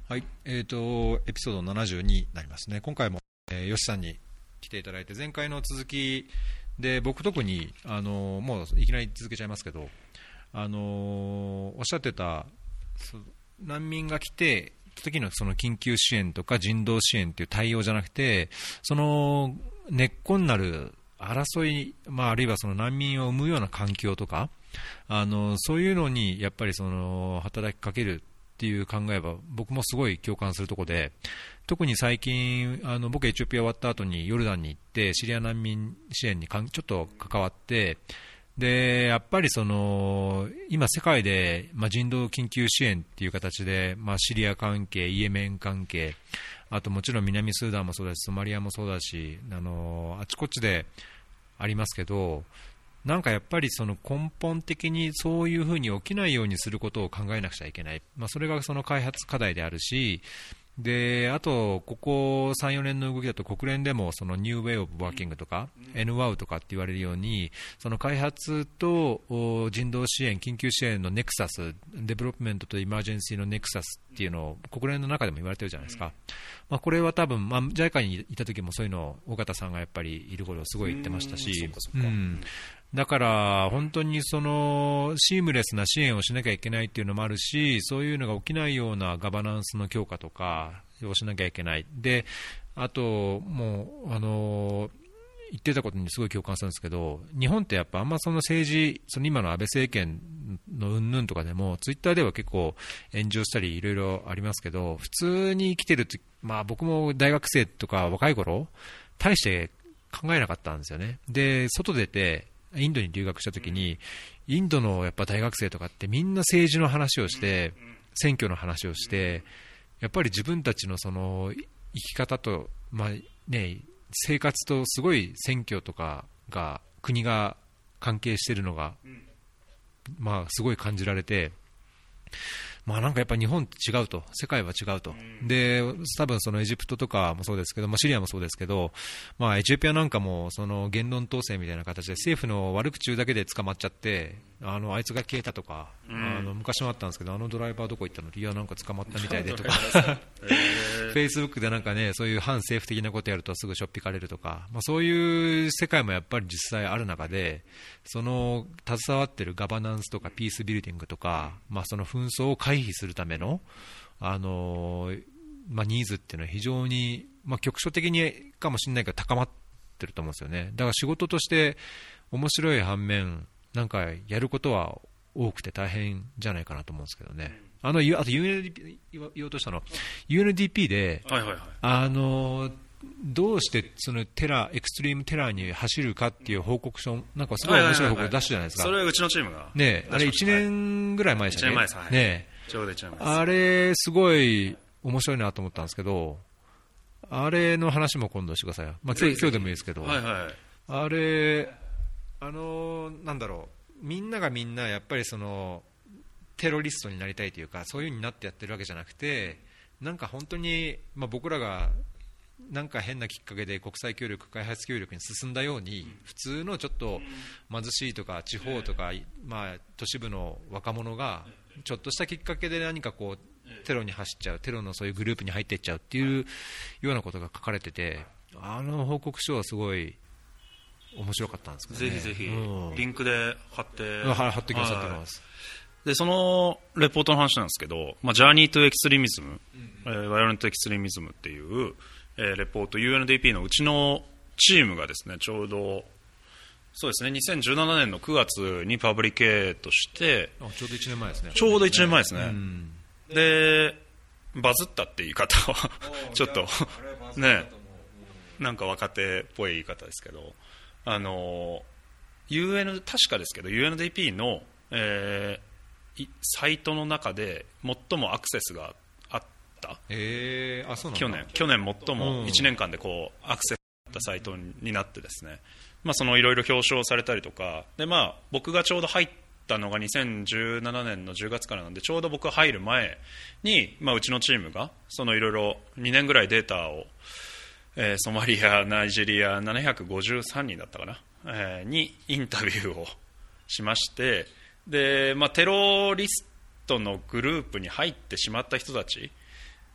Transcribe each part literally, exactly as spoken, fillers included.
はい、えーと、エピソードななじゅうにになりますね。今回も、えー、よしさんに来ていただいて、前回の続きで、僕特に、あのー、もういきなり続けちゃいますけど、あのー、おっしゃってた、難民が来て、時のその緊急支援とか人道支援という対応じゃなくて、その根っこになる争い、まあ、あるいはその難民を生むような環境とか、あのそういうのにやっぱりその働きかけるっていう考えは僕もすごい共感するところで、特に最近あの僕エチオピア終わった後にヨルダンに行ってシリア難民支援にかんちょっと関わって、でやっぱりその今世界で、まあ、人道緊急支援っていう形で、まあ、シリア関係、イエメン関係、あともちろん南スーダンもそうだしソマリアもそうだし、あのあちこちでありますけど、なんかやっぱりその根本的にそういうふうに起きないようにすることを考えなくちゃいけない、まあ、それがその開発課題であるし、であとここさん、よねんの動きだと国連でもそのニューウェイオブワーキングとか エヌダブリューエー とかって言われるように、その開発と人道支援、緊急支援のネクサス、デベロップメントとイマージェンシーのネクサスっていうのを国連の中でも言われてるじゃないですか。まあ、これは多分、まあ、ジャイカ にいた時もそういうのを尾形さんがやっぱりいる頃すごい言ってましたし、だから本当にそのシームレスな支援をしなきゃいけないっていうのもあるし、そういうのが起きないようなガバナンスの強化とかをしなきゃいけない。であともうあの言ってたことにすごい共感するんですけど、日本ってやっぱあんまその政治、その今の安倍政権の云々とかでもツイッターでは結構炎上したりいろいろありますけど、普通に生きてると、まあ、僕も大学生とか若い頃大して考えなかったんですよね。で外出てインドに留学したときに、インドのやっぱ大学生とかってみんな政治の話をして、選挙の話をして、やっぱり自分たちのその生き方と、まあね、生活とすごい選挙とかが国が関係しているのが、まあすごい感じられて、まあ、なんかやっぱ日本と違うと、世界は違うと、で多分そのエジプトとかもそうですけど、まあ、シリアもそうですけど、まあ、エチオピアなんかもその言論統制みたいな形で政府の悪口言うだけで捕まっちゃって、あのあいつが消えたとか、うん、あの昔もあったんですけど、あのドライバーどこ行ったの、いやなんか捕まったみたいでとかフェイスブックでなんかね、そういう反政府的なことやるとすぐしょっぴかれるとか、まあ、そういう世界もやっぱり実際ある中で、その携わっているガバナンスとかピースビルディングとか、まあ、その紛争を回避するための、あのーまあ、ニーズっていうのは非常に、まあ、局所的にかもしれないけど高まってると思うんですよね。だから仕事として面白い反面、なんかやることは多くて大変じゃないかなと思うんですけどね。あのあと ユーエヌディーピー 言おうとしたの ユーエヌディーピー で、はいはいはい、あのどうしてそのテラエクストリームテラーに走るかっていう報告書、なんかすごい面白い報告出したじゃないですか。 それはうちのチームがね、あれいちねんぐらい前でしたね。いちねんまえです、はい、ね、 ちょうどいちねんまえです。 あれすごい面白いなと思ったんですけど、あれの話も今度してください。まあ、今日今日でもいいですけど、はいはい、あれあのなんだろう、みんながみんなやっぱりそのテロリストになりたいというか、そういう風になってやってるわけじゃなくて、なんか本当に、まあ、僕らがなんか変なきっかけで国際協力、開発協力に進んだように、普通のちょっと貧しいとか地方とか、まあ、都市部の若者がちょっとしたきっかけで何かこうテロに走っちゃう、テロのそういうグループに入っていっちゃうっていうようなことが書かれてて、あの報告書はすごい面白かったんですけどね。 ぜひぜひ、うん、リンクで貼って貼ってくださってます。 でそのレポートの話なんですけど、まあ、ジャーニートゥエクストリミズム、うんえー、ワイオレントエクストリミズムっていう、えー、レポート ユーエヌディーピー のうちのチームがですね、ちょうどそうですね、にせんじゅうななねんのくがつにパブリケートして、 あちょうどいちねんまえですね。 ちょうどいちねんまえですね、うん、でバズったって言い方はちょっとね、なんか若手っぽい言い方ですけど、あの ユーエヌ 確かですけど ユーエヌディーピー の、えーサイトの中で最もアクセスがあった、 えー、あそうなんだ。 去年去年最もいちねんかんでこうアクセスがあったサイトになってですね、まあ、そのいろいろ表彰されたりとかで、まあ、僕がちょうど入ったのがにせんじゅうななねんのじゅうがつからなんで、ちょうど僕が入る前に、まあ、うちのチームがそのいろいろにねんぐらいデータを、えー、ソマリア、ナイジェリアななひゃくごじゅうさんにんだったかな、えー、にインタビューをしまして、で、まあ、テロリストのグループに入ってしまった人たち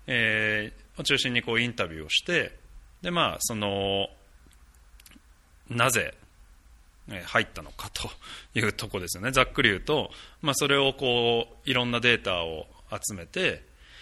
えー、を中心にこうインタビューをして、で、まあ、そのなぜ入ったのかというところですよね。ざっくり言うと、まあ、それをこういろんなデータを集めて、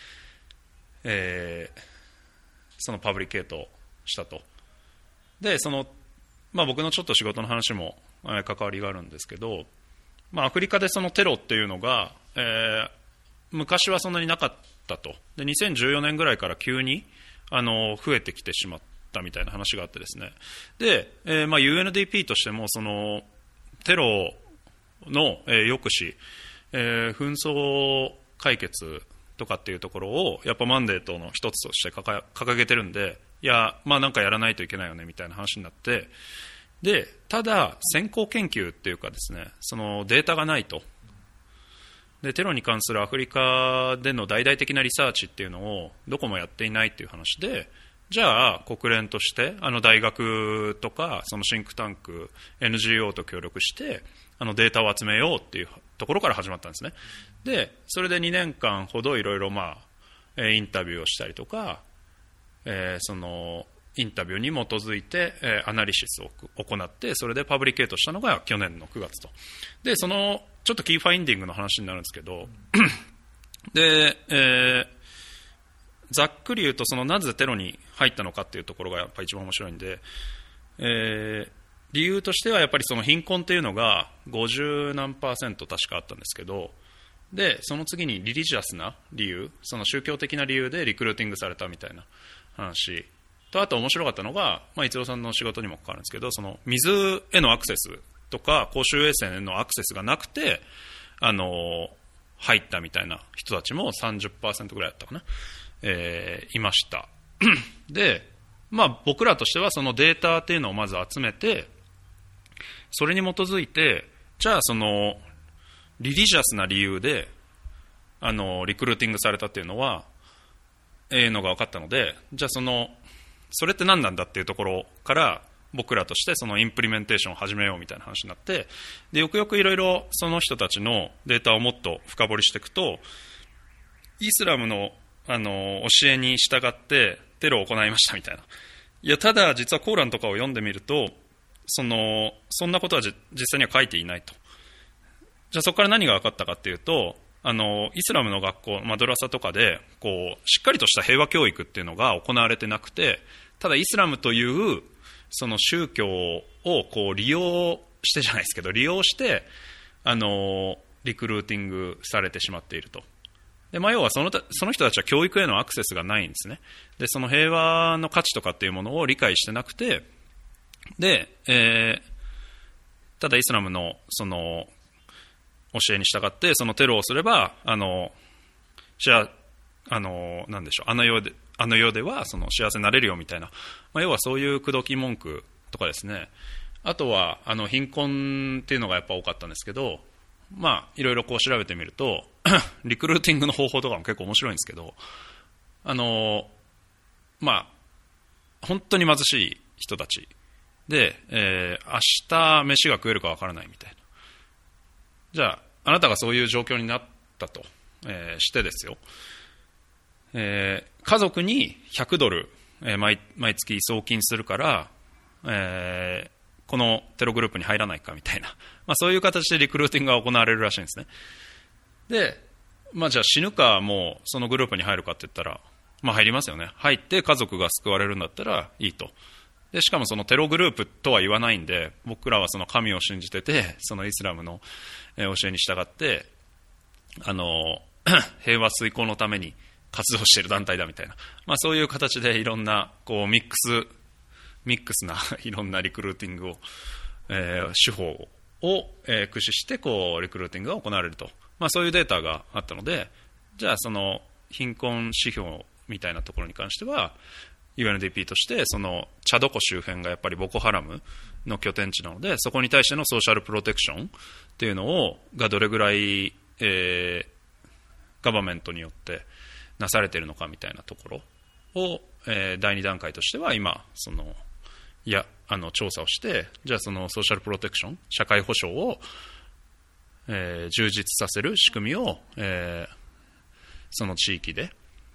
えー、そのパブリケートしたと。でその、まあ、僕のちょっと仕事の話も、えー、関わりがあるんですけど、まあ、アフリカでそのテロっていうのが、えー、昔はそんなになかったと。でにせんじゅうよねんぐらいから急にあの増えてきてしまったみたいな話があってですね。で、えーまあ、ユーエヌディーピー としてもそのテロの、えー、抑止、えー、紛争解決とかっていうところをやっぱマンデートの一つとして掲げてるんで、いや、まあ、なんかやらないといけないよねみたいな話になって、でただ先行研究っていうかですね、そのデータがないと。でテロに関するアフリカでの大々的なリサーチっていうのをどこもやっていないっていう話で、じゃあ国連としてあの大学とかそのシンクタンク エヌジーオー と協力してあのデータを集めようっていうところから始まったんですね。でそれでにねんかんほどいろいろまあインタビューをしたりとか、えー、そのインタビューに基づいて、えー、アナリシスを行って、それでパブリケートしたのが去年のくがつと。でそのちょっとキーファインディングの話になるんですけど、で、えー、ざっくり言うとそのなぜテロに入ったのかっていうところがやっぱり一番面白いんで、えー、理由としてはやっぱりその貧困っていうのがごじゅうなんパーセント確かあったんですけど、でその次にリリジャスな理由、その宗教的な理由でリクルーティングされたみたいな話と、あと面白かったのが、まあ、逸郎さんの仕事にも関わるんですけど、その水へのアクセスとか公衆衛生へのアクセスがなくてあの入ったみたいな人たちも さんじゅっパーセント ぐらいだったかな、えー、いましたで、まあ、僕らとしてはそのデータっていうのをまず集めて、それに基づいて、じゃあそのリリジャスな理由であのリクルーティングされたっていうのはええのが分かったので、じゃあそのそれって何なんだっていうところから僕らとしてそのインプリメンテーションを始めようみたいな話になって、でよくよくいろいろその人たちのデータをもっと深掘りしていくと、イスラムのあの教えに従ってテロを行いましたみたいな。いやただ実はコーランとかを読んでみると、そのそんなことは実際には書いていないと。じゃあそこから何が分かったかっていうと、あのイスラムの学校、マドラサとかでこうしっかりとした平和教育っていうのが行われてなくて、ただイスラムというその宗教をこう利用してじゃないですけど利用してあのリクルーティングされてしまっていると。で、まあ、要はその、その人たちは教育へのアクセスがないんですね。でその平和の価値とかっていうものを理解してなくて、で、えー、ただイスラムのその教えに従ってそのテロをすればあのじゃああのなんでしょうあの世であの世ではその幸せになれるよみたいな、まあ、要はそういう口説き文句とかですね。あとはあの貧困っていうのがやっぱ多かったんですけど、まあいろいろこう調べてみるとリクルーティングの方法とかも結構面白いんですけど、あのまあ本当に貧しい人たちで、えー、明日飯が食えるか分からないみたいな。じゃああなたがそういう状況になったと、えー、してですよ、えー、家族にひゃくドル、えー、毎, 毎月送金するから、えー、このテログループに入らないかみたいな、まあ、そういう形でリクルーティングが行われるらしいんですね。で、まあ、じゃあ死ぬかもうそのグループに入るかって言ったら、まあ、入りますよね。入って家族が救われるんだったらいいと。でしかもそのテログループとは言わないんで、僕らはその神を信じてて、そのイスラムの教えに従ってあの平和遂行のために活動している団体だみたいな、まあ、そういう形でいろんなこうミックスミックスないろんなリクルーティングを、えー、手法を、えー、駆使してこうリクルーティングが行われると、まあ、そういうデータがあったので、じゃあその貧困指標みたいなところに関しては ユーエヌディーピー としてそのチャド湖周辺がやっぱりボコハラムの拠点地なので、そこに対してのソーシャルプロテクションっていうのをがどれぐらい、えー、ガバメントによってなされているのかみたいなところを、えー、だいに段階としては今そのいやあの調査をして、じゃあそのソーシャルプロテクション社会保障を、えー、充実させる仕組みを、えー、その地域で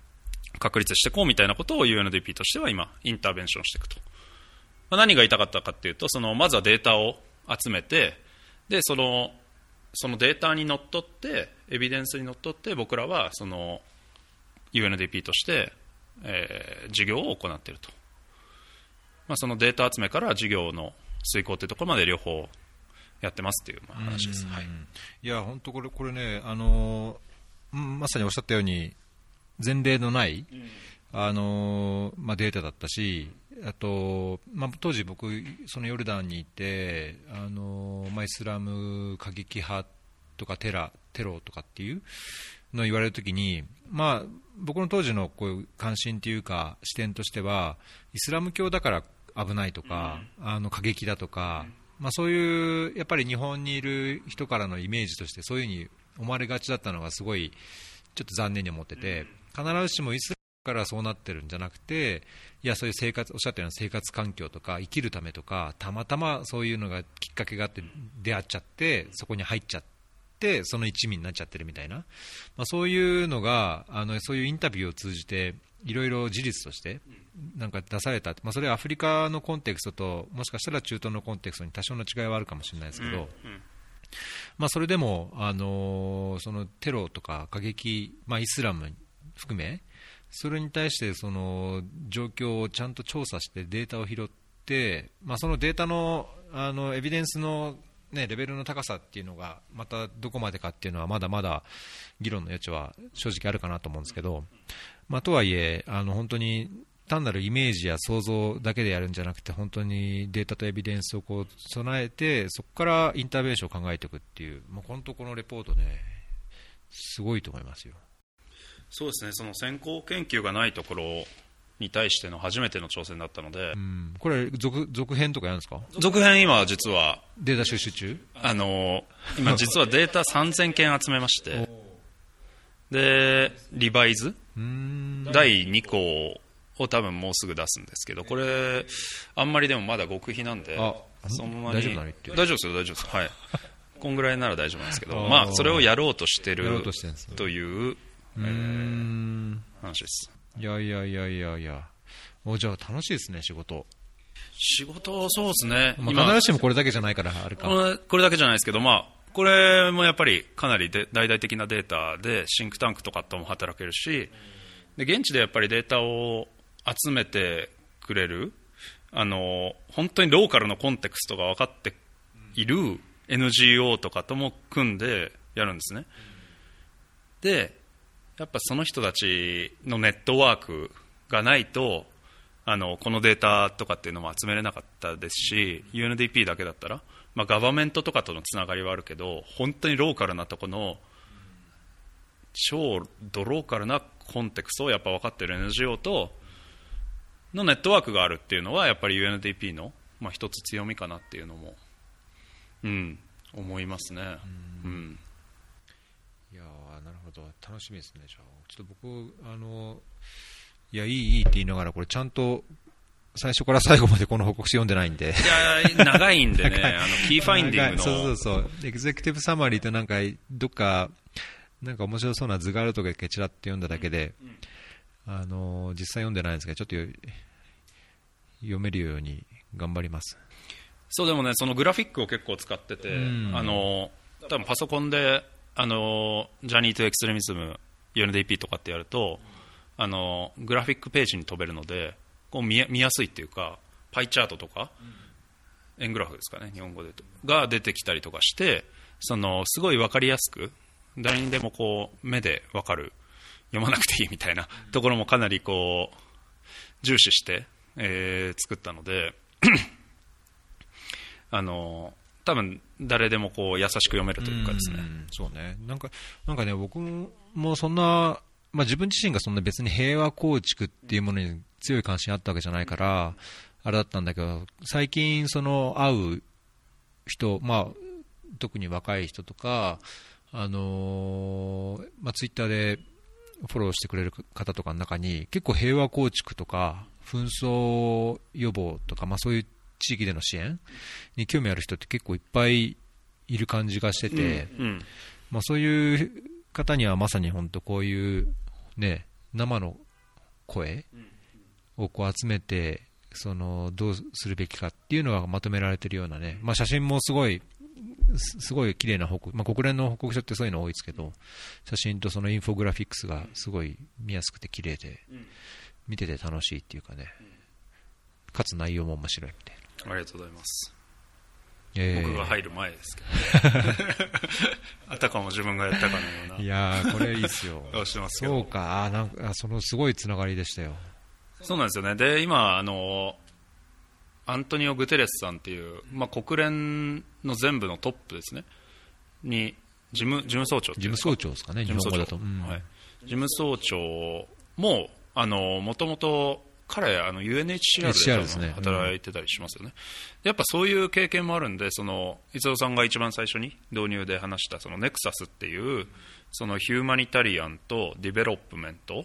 確立していこうみたいなことを ユーエヌディーピー としては今インターベンションしていくと、まあ、何が言いたかったかというと、そのまずはデータを集めて、でそのそのデータにのっとってエビデンスにのっとって僕らはその ユーエヌディーピー として、えー、事業を行っていると、まあ、そのデータ集めから事業の遂行というところまで両方やってますっていう話です。はい、 いや本当これこれね、あのー、まさにおっしゃったように前例のない、うん、あのーまあ、データだったし、あと、まあ、当時僕そのヨルダンにいて、あのーまあ、イスラム過激派とかテラテロとかっていうのを言われるときに、まあ、僕の当時のこういう関心というか視点としては、イスラム教だから危ないとか、うん、あの過激だとか、うん、まあ、そういうやっぱり日本にいる人からのイメージとしてそういうふうに思われがちだったのがすごいちょっと残念に思ってて、必ずしもイスラムからそうなってるんじゃなくて、いやそういう生活、おっしゃったような生活環境とか生きるためとか、たまたまそういうのがきっかけがあって出会っちゃって、そこに入っちゃってその一味になっちゃってるみたいな、まあ、そういうのがあのそういうインタビューを通じていろいろ事実としてなんか出された、まあ、それはアフリカのコンテクストともしかしたら中東のコンテクストに多少の違いはあるかもしれないですけど、うんうん、まあ、それでも、あのー、そのテロとか過激、まあ、イスラム含めそれに対してその状況をちゃんと調査してデータを拾って、まあ、そのデータの、あのエビデンスの、ね、レベルの高さっていうのがまたどこまでかっていうのはまだまだ議論の余地は正直あるかなと思うんですけど、まあ、とはいえあの本当に単なるイメージや想像だけでやるんじゃなくて、本当にデータとエビデンスをこう備えてそこからインターベンションを考えていくっていう、まあ、本当このレポートねすごいと思いますよ。 そうですね、その先行研究がないところに対しての初めての挑戦だったので、 うん、これ 続, 続編とかやるんですか？ 続編今実はデータ収集中、 あの今実はデータさんぜんけん集めましてでリバイズだいにこを多分もうすぐ出すんですけど、これあんまりでもまだ極秘なんで、そんなに大丈夫なの言って大丈夫ですよ大丈夫です、はい、こんぐらいなら大丈夫なんですけど、まあそれをやろうとしてるといううーん話です。 いやいやいやいやいや、おじゃあ楽しいですね仕事。 仕事そうですね、 まあ、必ずしもこれだけじゃないからあるか、 これ、これだけじゃないですけど、まあこれもやっぱりかなりで大々的なデータでシンクタンクとかとも働けるし、で現地でやっぱりデータを集めてくれる、あの本当にローカルのコンテクストが分かっている エヌジーオー とかとも組んでやるんですね。でやっぱその人たちのネットワークがないとあのこのデータとかっていうのも集めれなかったですし、 ユーエヌディーピー だけだったら、まあ、ガバメントとかとのつながりはあるけど、本当にローカルなところの超ドローカルなコンテクストをやっぱ分かっている エヌジーオー とのネットワークがあるっていうのはやっぱり ユーエヌディーピー の、まあ、一つ強みかなっていうのも、うん、思いますね。うん、うん、 いやなるほど、楽しみですね。じゃあちょっと僕あのいやいいいいって言いながらこれちゃんと最初から最後までこの報告書読んでないんで、 いや長いんでねあのキーファインディングのそうそうそうエグゼクティブサマリーとなんかどっかなんか面白そうな図があるとかケチラって読んだだけで、うんうん、あの実際読んでないんですけどちょっと読めるように頑張ります。 そうでもねそのグラフィックを結構使ってて、うん、あの多分パソコンであのジャーニートゥエクストリミズム ユーエヌディーピー とかってやると、うん、あのグラフィックページに飛べるのでこう 見, 見やすいっていうか、パイチャートとか、うん、円グラフですかね日本語でが出てきたりとかして、そのすごい分かりやすく誰にでもこう目で分かる、読まなくていいみたいなところもかなりこう重視して、えー、作ったのであの多分誰でもこう優しく読めるというかですね。うん、 そうね。なんかなんかね僕もそんな、まあ、自分自身がそんな別に平和構築っていうものに強い関心あったわけじゃないからあれだったんだけど、最近その会う人、まあ特に若い人とかあのーまあ、ツイッターでフォローしてくれる方とかの中に結構平和構築とか紛争予防とか、まあ、そういう地域での支援に興味ある人って結構いっぱいいる感じがしてて、うんうんまあ、そういう方にはまさに本当こういう、ね、生の声をこう集めて、そのどうするべきかっていうのがまとめられているようなね、まあ、写真もすごいすごい綺麗な報告、まあ、国連の報告書ってそういうの多いですけど、写真とそのインフォグラフィックスがすごい見やすくて綺麗で、見てて楽しいっていうかね、かつ内容も面白いみたいな。ありがとうございます、 えー、 僕が入る前ですけどあたかも自分がやったかのような。 いやーこれいいっすよしてますけど。 そうか、あなんかそのすごいつながりでしたよ。 そうなんですよね。で今あのアントニオ・グテレスさんっていう、まあ、国連の全部のトップですねに事務、事務総長事務総長ですかね、日本語だと、うんはい、事務総長もあのもともと彼あの ユーエヌエイチシーアール でですね、 働いてたりしますよね、うん、やっぱそういう経験もあるんで、その伊藤さんが一番最初に導入で話したそのネクサスっていうそのヒューマニタリアンとディベロップメント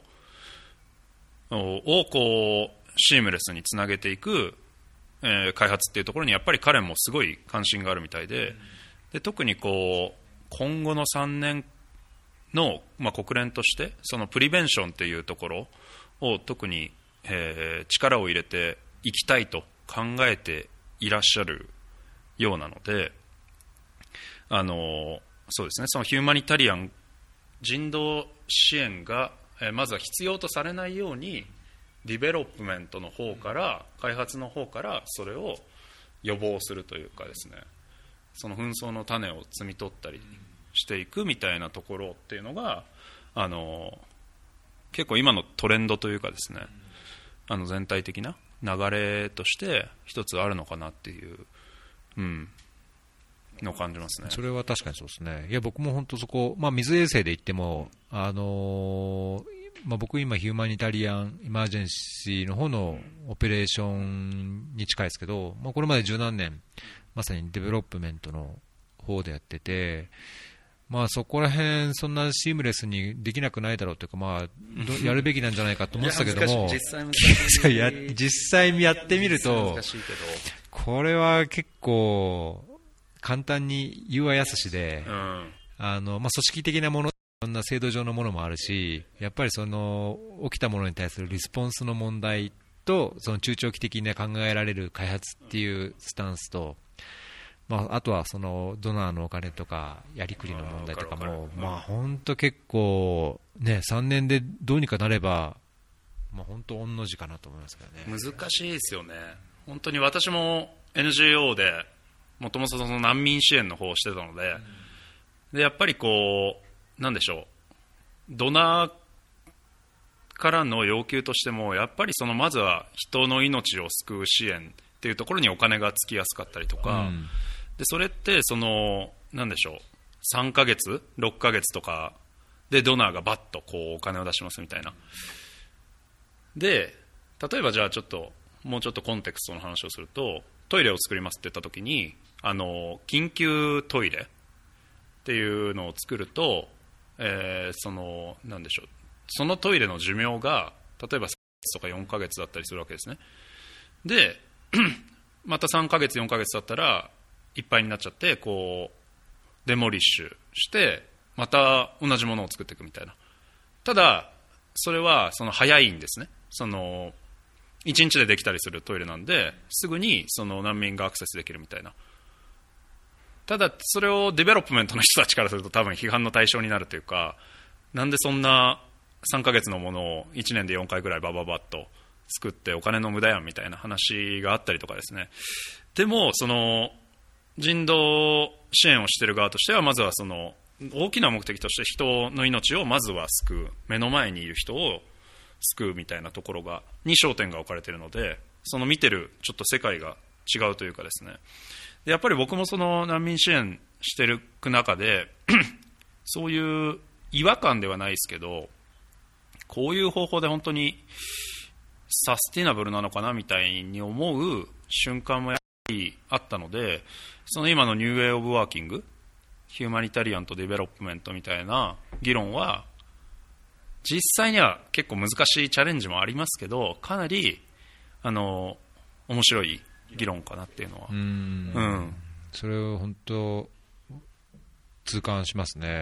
をこうシームレスにつなげていく、えー、開発っていうところにやっぱり彼もすごい関心があるみたいで、で特にこう今後のさんねんの、まあ、国連としてそのプリベンションっていうところを特に、えー、力を入れていきたいと考えていらっしゃるようなので、あのそうですね、そのヒューマニタリアン人道支援がまずは必要とされないようにディベロップメントの方から開発の方からそれを予防するというかですね、その紛争の種を摘み取ったりしていくみたいなところっていうのがあの結構今のトレンドというかですね、あの全体的な流れとして一つあるのかなっていう、うん、のを感じますね。 それは確かにそうですね。いや僕も本当そこ、まあ、水衛星で言っても、あのーまあ、僕今ヒューマニタリアンエマージェンシーの方のオペレーションに近いですけど、まあ、これまで十何年まさにデベロップメントの方でやってて、まあ、そこら辺そんなシームレスにできなくないだろうというか、まあ、やるべきなんじゃないかと思ってたけども、 実際難しいや実際やってみるとこれは結構簡単に言うはやすしで、うん、あのまあ、組織的なもの、いろんな制度上のものもあるし、やっぱりその起きたものに対するリスポンスの問題と、その中長期的に考えられる開発っていうスタンスと、まあ、あとはそのドナーのお金とかやりくりの問題とかも、まあ本当結構ね、さんねんでどうにかなれば、まあ本当御の字かなと思いますけどね。 難しいですよね。本当に私も エヌジーオー でもともとその難民支援の方をしてたので、うん、でやっぱりこうなんでしょう、ドナーからの要求としてもやっぱりそのまずは人の命を救う支援っていうところにお金がつきやすかったりとか、うん、でそれってそのなんでしょう、さんかげつろっかげつとかでドナーがバッとこうお金を出しますみたいな。で例えばじゃあちょっともうちょっとコンテクストの話をすると、トイレを作りますって言った時にあの緊急トイレっていうのを作ると、えー、そのなんでしょう、そのトイレの寿命が例えばさんかげつとかよんかげつだったりするわけですね。でまたさんかげつよんかげつだったらいっぱいになっちゃって、こうデモリッシュしてまた同じものを作っていくみたいな。ただそれはその早いんですね。そのいちにちでできたりするトイレなんで、すぐにその難民がアクセスできるみたいな。ただそれをデベロップメントの人たちからすると多分批判の対象になるというか、なんでそんなさんかげつのものをいちねんでよんかいぐらいバババッと作ってお金の無駄やんみたいな話があったりとかですね。でもその人道支援をしている側としては、まずはその大きな目的として人の命をまずは救う、目の前にいる人を救うみたいなところがに焦点が置かれているので、その見てるちょっと世界が違うというかですね。でやっぱり僕もその難民支援している中でそういう違和感ではないですけど、こういう方法で本当にサスティナブルなのかなみたいに思う瞬間もやっぱりあったので、その今のニューウェイオブワーキング、ヒューマニタリアンとデベロップメントみたいな議論は実際には結構難しいチャレンジもありますけど、かなりあの面白い議論かなっていうのは、うん、うん、 それを本当痛感しますね。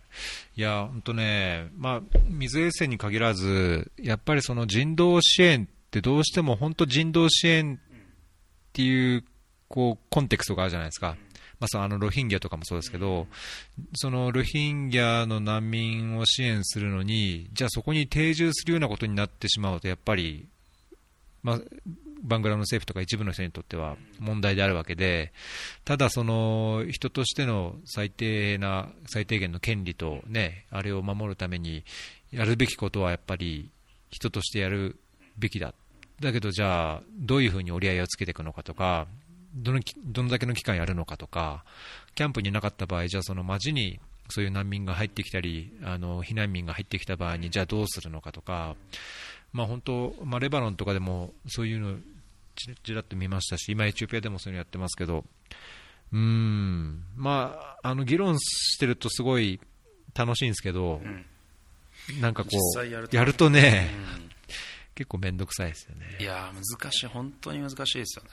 いや本当ね、まあ、水衛星に限らず、やっぱりその人道支援ってどうしても本当人道支援っていう、こうコンテクストがあるじゃないですか。まあ、そのあのロヒンギャとかもそうですけど、そのロヒンギャの難民を支援するのに、じゃあそこに定住するようなことになってしまうと、やっぱり、まあ、バングラの政府とか一部の人にとっては問題であるわけで、ただその人としての最低な最低限の権利と、ね、あれを守るためにやるべきことはやっぱり人としてやるべきだ。だけどじゃあどういうふうに折り合いをつけていくのかとか、どのどのだけの期間やるのかとか、キャンプになかった場合、じゃあその街にそういう難民が入ってきたり、あの避難民が入ってきた場合にじゃあどうするのかとか、まあ、本当、まあ、レバノンとかでもそういうのちちらっと見ましたし、今エチオピアでもそういうのやってますけど、うーん、まあ、あの議論してるとすごい楽しいんですけど、うん、なんかこうやると、やるとね、うん、結構めんどくさいですよね。 いや難しい、本当に難しいですよね。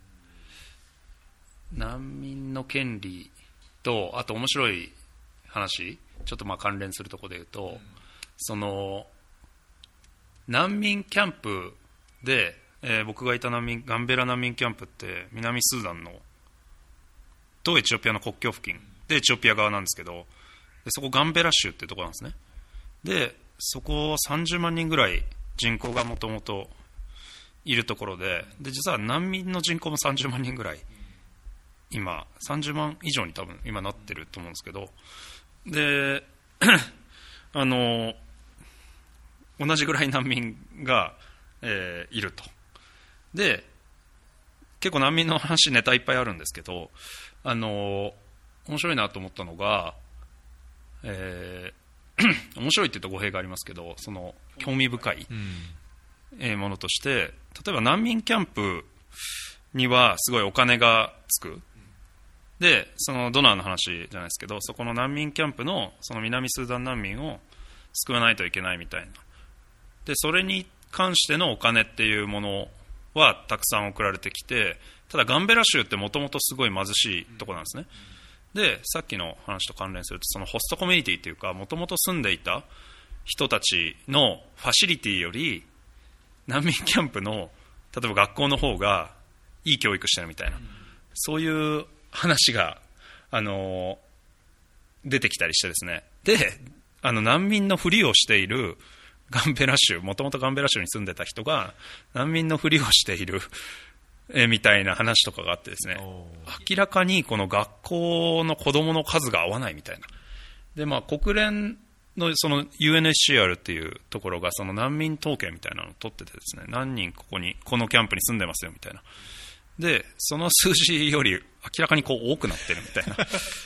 難民の権利と、あと面白い話、ちょっとまあ関連するところで言うと、うん、その難民キャンプで、えー、僕がいた難民ガンベラ難民キャンプって南スーダンのとエチオピアの国境付近で、エチオピア側なんですけど、でそこガンベラ州っていうところなんですね。でそこさんじゅうまんにんぐらい人口がもともといるところで、で実は難民の人口もさんじゅうまんにんぐらい、今さんじゅうまん以上に多分今なってると思うんですけど、であの同じぐらい難民が、えー、いると。で結構難民の話ネタいっぱいあるんですけど、あの面白いなと思ったのが、えー、面白いって言うと語弊がありますけど、その興味深い、うん、ものとして、例えば難民キャンプにはすごいお金がつく。でそのドナーの話じゃないですけど、そこの難民キャンプのその南スーダン難民を救わないといけないみたいな。でそれに関してのお金っていうものはたくさん送られてきて、ただガンベラ州ってもともとすごい貧しいところなんですね。でさっきの話と関連すると、そのホストコミュニティというか、もともと住んでいた人たちのファシリティより難民キャンプの例えば学校の方がいい教育してるみたいな、そういう話が、あの出てきたりしてですね。であの難民のふりをしているガンベラ州、もともとガンベラ州に住んでた人が難民のふりをしているえみたいな話とかがあってですね、明らかにこの学校の子どもの数が合わないみたいな。で、まあ、国連のその ユーエヌエイチシーアール っていうところがその難民統計みたいなのを取っててですね、何人ここにこのキャンプに住んでますよみたいな。でその数字より明らかにこう多くなってるみたいな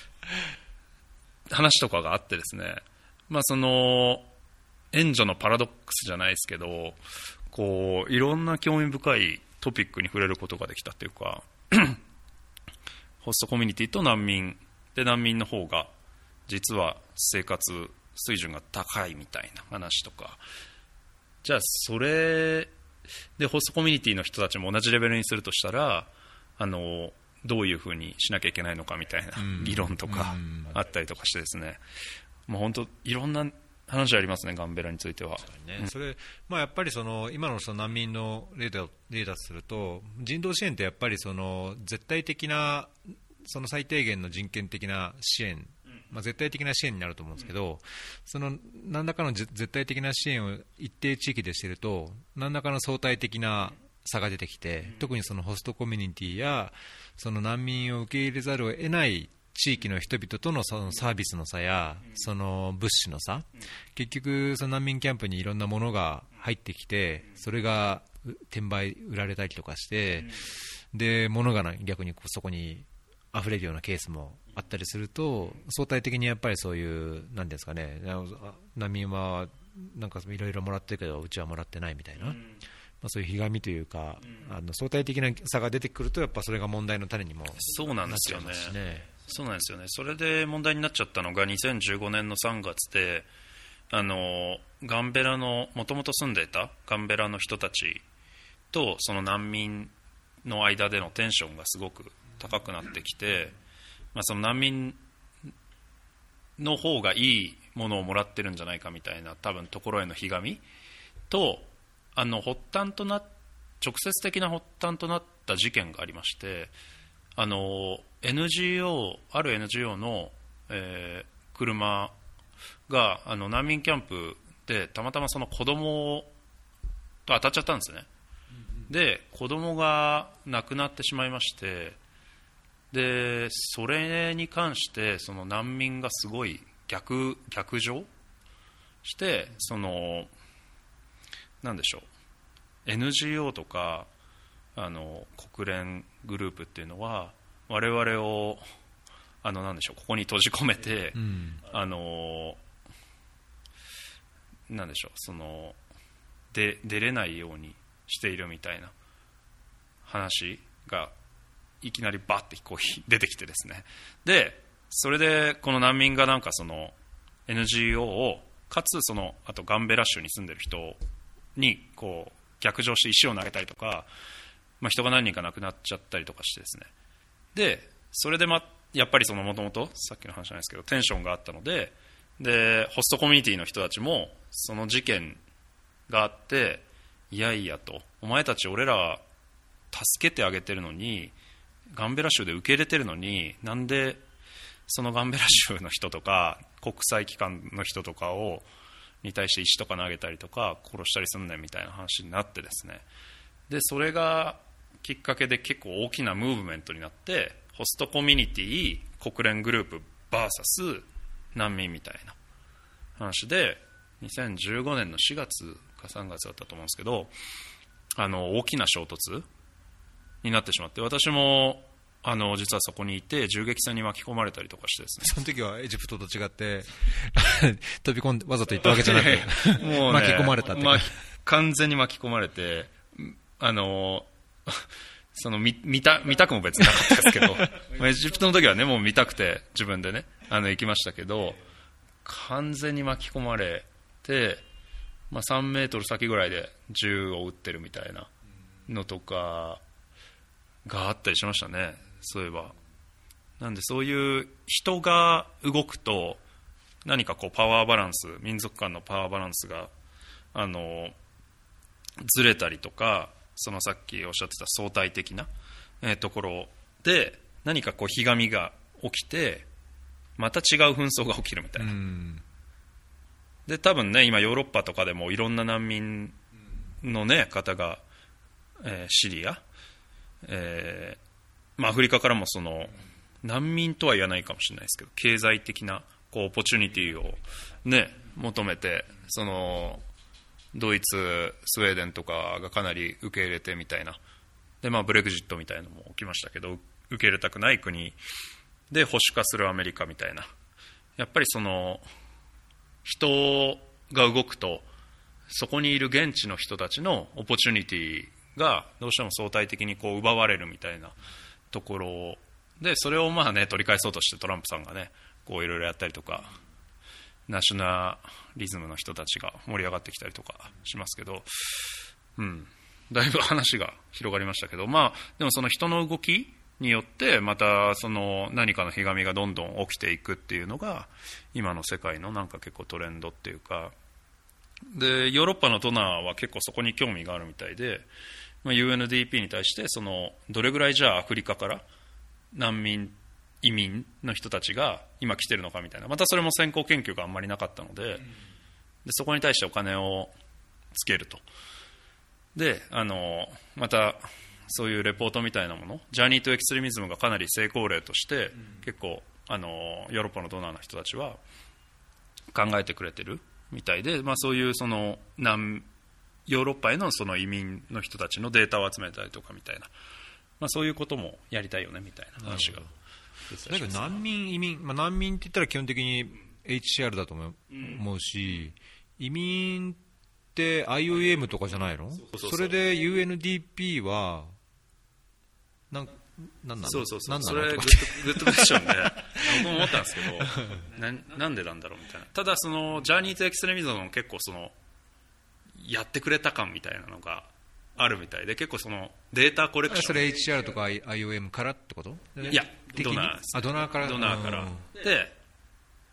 話とかがあってですね、まあ、その援助のパラドックスじゃないですけど、こういろんな興味深いトピックに触れることができたというかホストコミュニティと難民で、難民の方が実は生活水準が高いみたいな話とか、じゃあそれでホストコミュニティの人たちも同じレベルにするとしたら、あのどういうふうにしなきゃいけないのかみたいな議論とかあったりとかしてですね、もう本当いろんな話ありますね、ガンベラについては。 ね、うん、それまあ、やっぱりその今のその難民の例だ例だとすると、人道支援ってやっぱりその絶対的なその最低限の人権的な支援、まあ、絶対的な支援になると思うんですけど、その何らかの絶対的な支援を一定地域でしていると、何らかの相対的な差が出てきて、特にそのホストコミュニティやその難民を受け入れざるを得ない地域の人々とのそのサービスの差やその物資の差、結局その難民キャンプにいろんなものが入ってきて、それが転売売られたりとかして、で物が逆にそこに溢れるようなケースもあったりすると、相対的にやっぱりそういう何ですかね、難民はなんかいろいろもらってるけどうちはもらってないみたいな、まあ、そういうひがみというか、あの相対的な差が出てくると、やっぱそれが問題の種にもなっちゃいますしね。 そうなんですよね。それで問題になっちゃったのがにせんじゅうごねんのさんがつで、あのガンベラのもともと住んでいたガンベラの人たちとその難民の間でのテンションがすごく高くなってきて、まあ、その難民の方がいいものをもらってるんじゃないかみたいな多分ところへのひがみと、あの発端とな直接的な発端となった事件がありまして、あの エヌジーオー ある エヌジーオー の、えー、車があの難民キャンプでたまたまその子供と当たっちゃったんですね。で子供が亡くなってしまいまして、でそれに関してその難民がすごい逆逆上して、そのなんでしょう、 エヌジーオー とかあの国連グループっていうのは我々をあのなんでしょう、ここに閉じ込めて、うん、あのなんでしょう、そので出れないようにしているみたいな話がいきなりバッてこう出てきてですね、でそれでこの難民がなんかその エヌジーオー をかつそのあとガンベラ州に住んでる人にこう逆上して石を投げたりとか、まあ、人が何人か亡くなっちゃったりとかしてですね、でそれでまやっぱりそのもともとさっきの話じゃないですけどテンションがあったので、でホストコミュニティの人たちもその事件があって、いやいやと、お前たち俺ら助けてあげてるのに、ガンベラ州で受け入れてるのに、なんでそのガンベラ州の人とか国際機関の人とかをに対して石とか投げたりとか殺したりすんねんみたいな話になってですね、でそれがきっかけで結構大きなムーブメントになって、ホストコミュニティ国連グループ ブイエス 難民みたいな話でにせんじゅうごねんのしがつかさんがつだったと思うんですけど、あの大きな衝突になってしまって、私もあの実はそこにいて銃撃戦に巻き込まれたりとかしてですね、 その時はエジプトと違って飛び込んでわざと行ったわけじゃなくてもう、ね、巻き込まれたって、ま、 完全に巻き込まれて、あのその 見, 見, た見たくも別になかったですけどエジプトの時はねもう見たくて自分でねあの行きましたけど、完全に巻き込まれて、まあ、さんメートル先ぐらいで銃を撃ってるみたいなのとかがあったりしましたね。そういえばなんでそういう人が動くと何かこうパワーバランス、民族間のパワーバランスがあのずれたりとか、そのさっきおっしゃってた相対的な、えー、ところで何かこうひがみが起きてまた違う紛争が起きるみたいな。で多分ね今ヨーロッパとかでもいろんな難民の、ね、方が、えー、シリア、えーまあ、アフリカからもその難民とは言わないかもしれないですけど経済的なこうオポチュニティを、ね、求めてそのドイツ、スウェーデンとかがかなり受け入れてみたいなで、まあ、ブレグジットみたいなのも起きましたけど受け入れたくない国で保守化するアメリカみたいな、やっぱりその人が動くとそこにいる現地の人たちのオポチュニティがどうしても相対的にこう奪われるみたいなところで、それをまあね取り返そうとしてトランプさんがねこういろいろやったりとか、ナショナリズムの人たちが盛り上がってきたりとかしますけど、うん、だいぶ話が広がりましたけど、まあでもその人の動きによってまたその何かのひがみがどんどん起きていくっていうのが今の世界のなんか結構トレンドっていうかで、ヨーロッパのドナーは結構そこに興味があるみたいで、まあ、ユーエヌディーピー に対してそのどれぐらいじゃあアフリカから難民移民の人たちが今来てるのかみたいな、またそれも先行研究があんまりなかったので、でそこに対してお金をつけると、であのまたそういうレポートみたいなもの、ジャーニートエクストリミズムがかなり成功例として、うん、結構あのヨーロッパのドナーの人たちは考えてくれてるみたいで、まあ、そういうその南ヨーロッパへのその移民の人たちのデータを集めたりとかみたいな、まあ、そういうこともやりたいよねみたいな話が出てたりします。 だけど難民移民、まあ、難民って言ったら基本的に エイチシーアール だと思う、うん、し移民って アイオーエム とかじゃないの？そうそうそう、それで ユーエヌディーピー はなんなんなの？ そうそうそう、 なんなそれグッドグッドクエスチョンで僕も思ったんですけどな, なんでなんだろうみたいな。ただそのジャーニーとエクストリミズムも結構そのやってくれた感みたいなのがあるみたいで、結構そのデータコレクション、 それ エイチシーアール とか アイオーエム からってこと？ いやドナーあドナーからドナーからで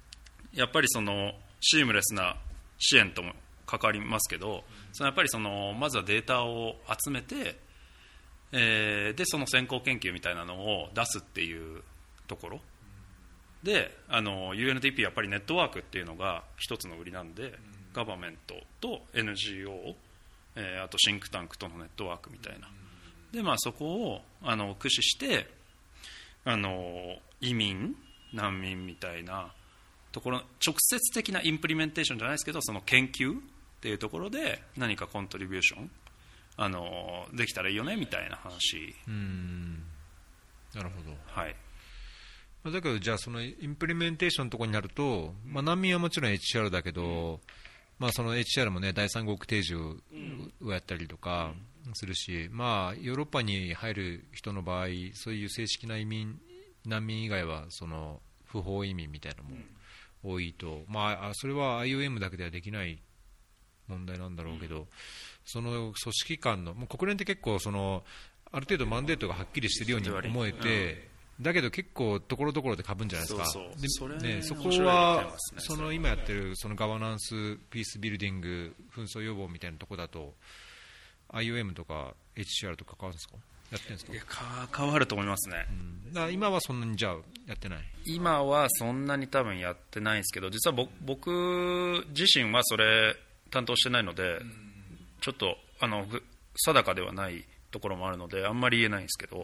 やっぱりそのシームレスな支援とも関わりますけど、そのやっぱりそのまずはデータを集めて、えー、でその先行研究みたいなのを出すっていうところで、あの ユーエヌディーピー やっぱりネットワークっていうのが一つの売りなんで、ガバメントと エヌジーオー、えー、あとシンクタンクとのネットワークみたいなで、まあ、そこをあの駆使してあの移民難民みたいなところ、直接的なインプリメンテーションじゃないですけど、その研究っていうところで何かコントリビューションあのできたらいいよねみたいな話。 うーん、なるほど。 はい。 だけどじゃあそのインプリメンテーションのところになると、まあ、難民はもちろん エイチシーアール だけど、まあ、その エイチシーアール もね第三国定住をやったりとかするし、まあ、ヨーロッパに入る人の場合そういう正式な移民難民以外はその不法移民みたいなのも多いと、まあ、それは アイオーエム だけではできない問題なんだろうけど、その組織間のもう国連って結構そのある程度マンデートがはっきりしているように思えて、だけど結構ところどころでかぶんじゃないですか。 そうそう、 でそれね、そこ面白いはテーマですね。 その今やってるそのガバナンスピースビルディング紛争予防みたいなところだと アイオーエム とか エイチシーアール と関わるんですか、やってるんですか。 いや関わると思いますね、 うん、だから今はそんなにじゃあやってない。 今はそんなに多分やってないんですけど、実は僕、僕自身はそれ担当してないので、ちょっとあの定かではないところもあるのであんまり言えないんですけど、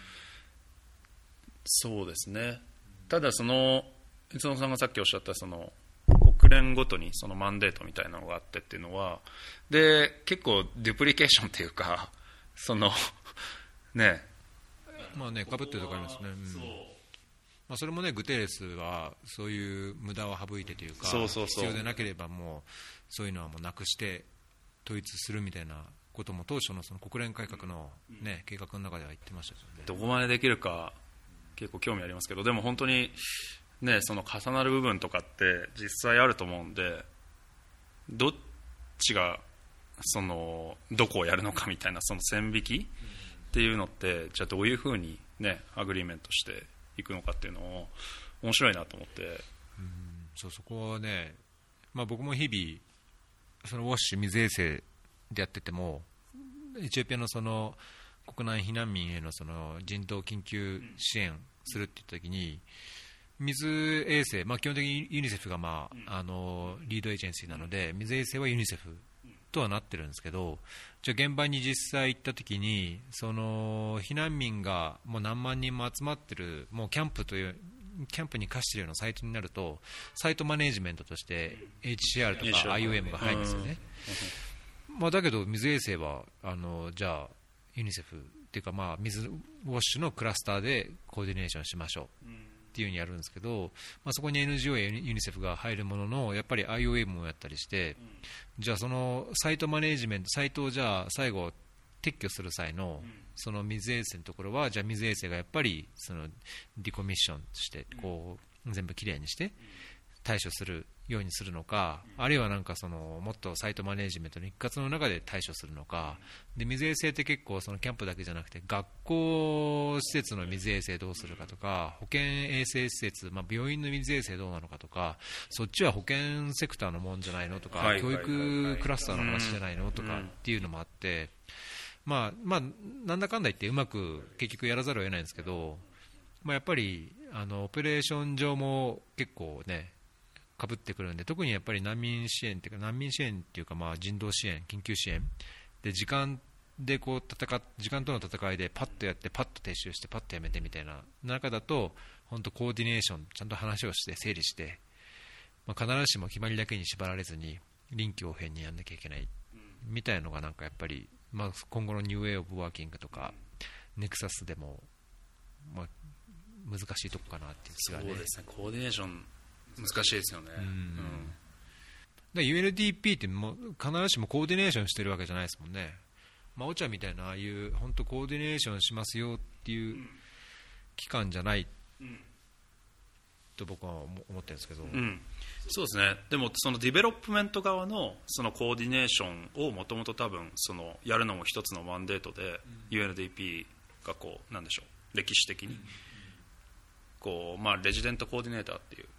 そうですね。ただその宇野さんがさっきおっしゃったその国連ごとにそのマンデートみたいなのがあってっていうのは、で結構デュプリケーションっていうか、そのね、 まあね、かぶってるところありますね。うん、まあ、それもね、グテーレスはそういう無駄を省いてというか、 そうそうそう、 必要でなければもうそういうのはもうなくして統一するみたいなことも当初のその国連改革の、ね、計画の中では言ってましたよね。 どこまでできるか結構興味ありますけど、でも本当に、ね、その重なる部分とかって実際あると思うんで、どっちがそのどこをやるのかみたいなその線引きっていうのって、じゃあどういうふうに、ね、アグリーメントしていくのかっていうのを面白いなと思って。 うん、そう、そこはね、まあ、僕も日々そのウォッシュ水衛生でやってても、エチオピアのその国内避難民へのその人道緊急支援するって言ったときに、水衛生、まあ、基本的にユニセフが、まあ、あのリードエージェンシーなので、水衛生はユニセフとはなってるんですけど、じゃあ現場に実際行ったときに、その避難民がもう何万人も集まってる、もうキャンプというキャンプに課しているようなサイトになると、サイトマネジメントとして エイチシーアール とか アイオーエム が入るんですよね。まあ、だけど水衛生はあのじゃあユニセフっていうか、まあ、水ウォッシュのクラスターでコーディネーションしましょうっていう風にやるんですけど、まあ、そこに エヌジーオー やユニセフが入るものの、やっぱり アイオーエム をやったりして、じゃあそのサイトマネジメント、サイトをじゃあ最後撤去する際のその水衛生のところは、じゃあ水衛生がやっぱりそのディコミッションしてこう全部きれいにして対処するようにするのか、あるいはなんかそのもっとサイトマネジメントの一括の中で対処するのかで、水衛生って結構そのキャンプだけじゃなくて学校施設の水衛生どうするかとか、保健衛生施設、まあ、病院の水衛生どうなのかとか、そっちは保健セクターのもんじゃないのとか、教育クラスターの話じゃないのとかっていうのもあって、まあまあ、なんだかんだ言ってうまく結局やらざるを得ないんですけど、まあ、やっぱりあのオペレーション上も結構ねかぶってくるんで、特にやっぱり難民支援っていうか、難民支援っていうか、まあ人道支援、緊急支援で時間でこう戦っ時間との戦いでパッとやってパッと撤収してパッとやめてみたいな中だと、本当コーディネーションちゃんと話をして整理して、まあ、必ずしも決まりだけに縛られずに臨機応変にやんなきゃいけないみたいなのがなんかやっぱり、まあ、今後のニューウェイオブワーキングとかネクサスでも、まあ、難しいとこかなっていう気がね。 そうですね、コーディネーション難しいですよね。うん、うん、 だ ユーエヌディーピー っても必ずしもコーディネーションしてるわけじゃないですもんね。まあ、オチャみたいなああいう本当コーディネーションしますよっていう機関じゃないと僕は思ってるんですけど、 うん、そうですね。でもそのディベロップメント側のそのコーディネーションをもともと多分そのやるのも一つのマンデートで、ユーエヌディーピー がこうなんでしょう、歴史的にこう、まあ、レジデントコーディネーターっていう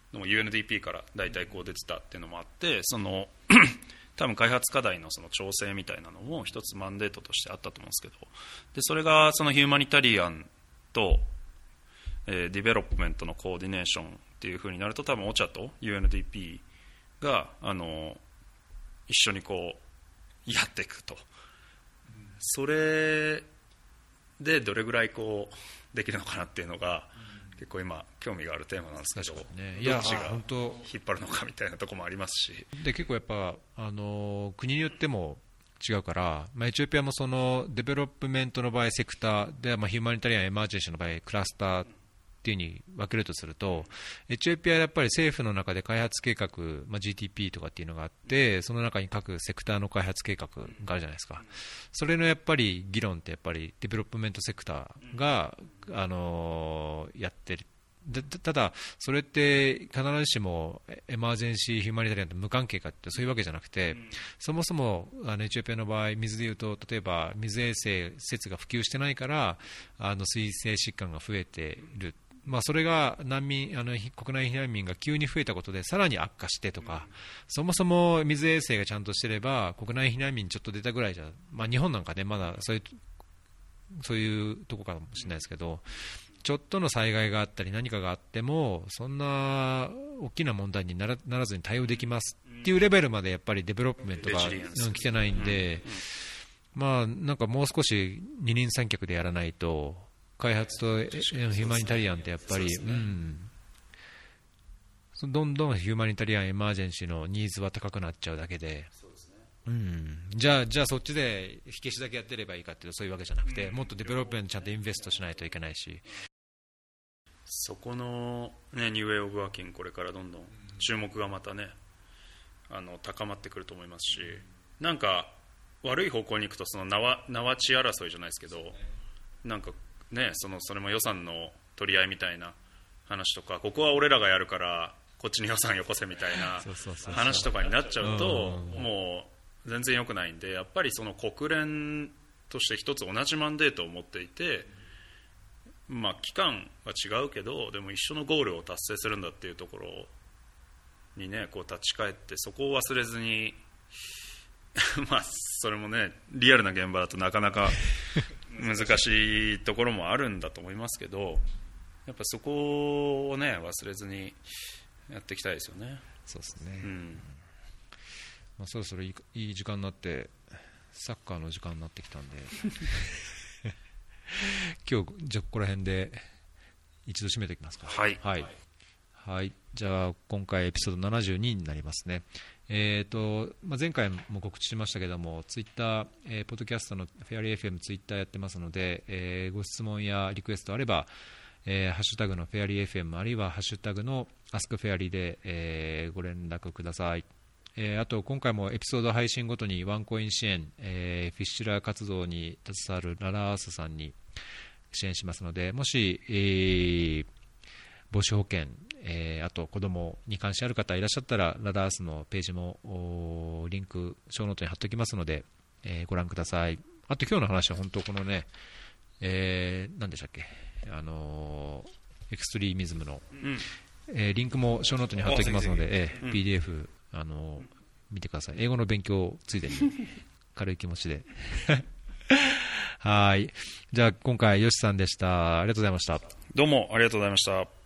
のも ユーエヌディーピー から大体こう出てたっていうのもあって、その多分開発課題のその調整みたいなのも一つマンデートとしてあったと思うんですけど、でそれがそのヒューマニタリアンと、えー、ディベロップメントのコーディネーションっていう風になると、多分オチャと ユーエヌディーピー があの一緒にこうやっていくと、それでどれぐらいこうできるのかなっていうのが結構今興味があるテーマなんですけど、 ね、 どっちが引っ張るのかみたいなところもありますし、 で結構やっぱあの国によっても違うから、まあ、エチオピアもそのデベロップメントの場合セクターで、まあ、ヒューマニタリアンエマージェンシーの場合クラスターっていう風に分けるとすると、エチオピアはやっぱり政府の中で開発計画、まあ、ジーティーピー とかっていうのがあって、その中に各セクターの開発計画があるじゃないですか。それのやっぱり議論ってやっぱりデベロップメントセクターが、あのー、やってる。でただ、それって必ずしもエマージェンシー・ヒューマニタリアンと無関係かってそういうわけじゃなくて、そもそもあのエチオピアの場合、水でいうと例えば水衛生施設が普及してないからあの水性疾患が増えている、まあ、それが難民あの国内避難民が急に増えたことでさらに悪化してとか、そもそも水衛生がちゃんとしてれば国内避難民ちょっと出たぐらいじゃ、まあ、日本なんかねまだそういうそういうとこかもしれないですけど、ちょっとの災害があったり何かがあってもそんな大きな問題にな ら, ならずに対応できますっていうレベルまでやっぱりデベロップメントが、うん、来てないんで、まあ、なんかもう少し二人三脚でやらないと開発とヒューマニタリアンってやっぱり、うん、どんどんヒューマニタリアンエマージェンシーのニーズは高くなっちゃうだけで、うん、じゃあ、じゃあそっちで火消しだけやってればいいかっていうとそういうわけじゃなくて、もっとデベロップメントちゃんとインベストしないといけないし、 そこの、ね、ニューウェイオブワーキングこれからどんどん注目がまたねあの高まってくると思いますし、なんか悪い方向に行くとその縄縄地争いじゃないですけど、なんかねそのそれも予算の取り合いみたいな話とか、ここは俺らがやるからこっちに予算よこせみたいな話とかになっちゃうともう全然良くないんで、やっぱりその国連として一つ同じマンデートを持っていて、まあ期間は違うけどでも一緒のゴールを達成するんだっていうところにねこう立ち返って、そこを忘れずにまあそれもねリアルな現場だとなかなか難しいところもあるんだと思いますけど、やっぱそこをね忘れずにやっていきたいですよね。 そうですね、 うんまあ、そろそろいい、いい時間になってサッカーの時間になってきたんで今日じゃあここら辺で一度締めておきますか。 はい、 はいはい、じゃあ今回エピソードななじゅうにになりますね。えーとまあ、前回も告知しましたけどもツイッター、えー、ポッドキャストのフェアリー エフエム ツイッターやってますので、えー、ご質問やリクエストあれば、えー、ハッシュタグのフェアリー エフエム あるいはハッシュタグのアスクフェアリーで、えー、ご連絡ください。えー、あと今回もエピソード配信ごとにワンコイン支援、えー、フィッシュラー活動に携わるララアースさんに支援しますので、もし、えー、母子保険、えー、あと子どもに関心ある方いらっしゃったらララアースのページもリンクショーノートに貼っておきますので、えー、ご覧ください。あと今日の話は本当このね、えー、何でしたっけ、あのー、エクストリーミズムの、うんえー、リンクもショーノートに貼っておきますので、えーうん、ピーディーエフあの見てください。英語の勉強ついでに軽い気持ちではい、じゃあ今回ヨシさんでした。ありがとうございました。 どうもありがとうございました。